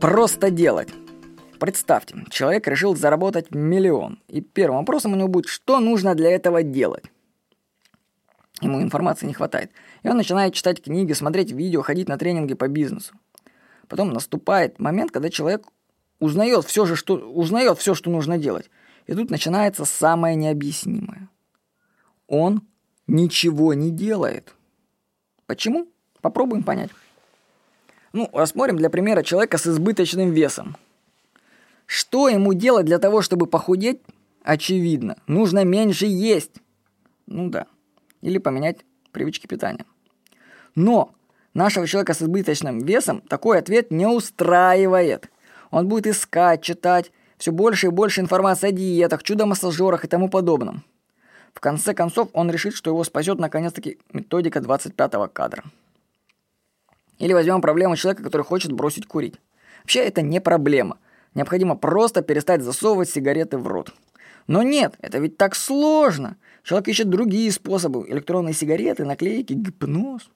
Просто делать. Представьте, человек решил заработать 1 миллион, и первым вопросом у него будет, что нужно для этого делать. Ему информации не хватает, и он начинает читать книги, смотреть видео, ходить на тренинги по бизнесу. Потом наступает момент, когда человек узнает все, что нужно делать, и тут начинается самое необъяснимое. Он ничего не делает. Почему? Попробуем понять. Рассмотрим для примера человека с избыточным весом. Что ему делать для того, чтобы похудеть? Очевидно. Нужно меньше есть. Или поменять привычки питания. Но нашего человека с избыточным весом такой ответ не устраивает. Он будет искать, читать все больше и больше информации о диетах, чудо-массажерах и тому подобном. В конце концов, он решит, что его спасет наконец-таки методика 25-го кадра. Или возьмем проблему человека, который хочет бросить курить. Вообще это не проблема. Необходимо просто перестать засовывать сигареты в рот. Но нет, это ведь так сложно. Человек ищет другие способы. Электронные сигареты, наклейки, гипноз.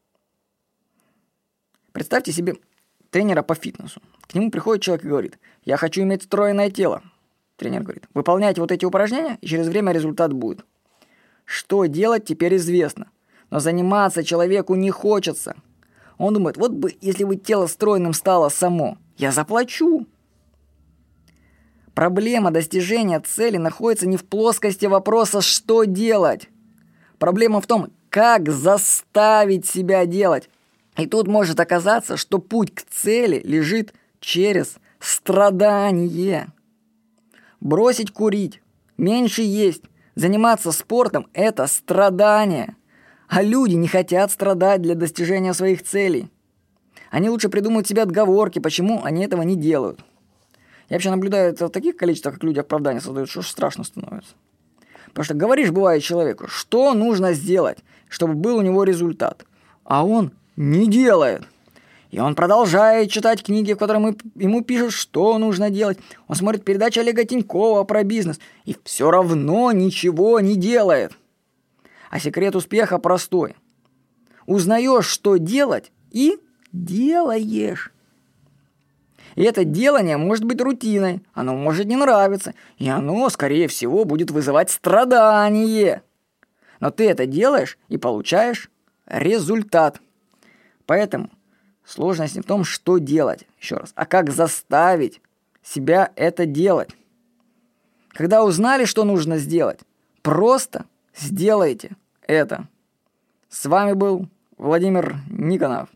Представьте себе тренера по фитнесу. К нему приходит человек и говорит: «Я хочу иметь стройное тело». Тренер говорит: «Выполняйте вот эти упражнения, и через время результат будет». Что делать, теперь известно. Но заниматься человеку не хочется. Он думает: вот бы, если бы тело стройным стало само, я заплачу. Проблема достижения цели находится не в плоскости вопроса «что делать?». Проблема в том, как заставить себя делать. И тут может оказаться, что путь к цели лежит через страдание. Бросить курить, меньше есть, заниматься спортом – это страдание. А люди не хотят страдать для достижения своих целей. Они лучше придумают себе отговорки, почему они этого не делают. Я вообще наблюдаю это в таких количествах, как люди оправдания создают, что страшно становится. Потому что говоришь, бывает, человеку, что нужно сделать, чтобы был у него результат. А он не делает. И он продолжает читать книги, в которых ему пишут, что нужно делать. Он смотрит передачи Олега Тинькова про бизнес. И все равно ничего не делает. А секрет успеха простой. Узнаешь, что делать, и делаешь. И это делание может быть рутиной, оно может не нравиться, и оно, скорее всего, будет вызывать страдание. Но ты это делаешь и получаешь результат. Поэтому сложность не в том, что делать, еще раз, а как заставить себя это делать. Когда узнали, что нужно сделать, просто сделайте это. С вами был Владимир Никонов.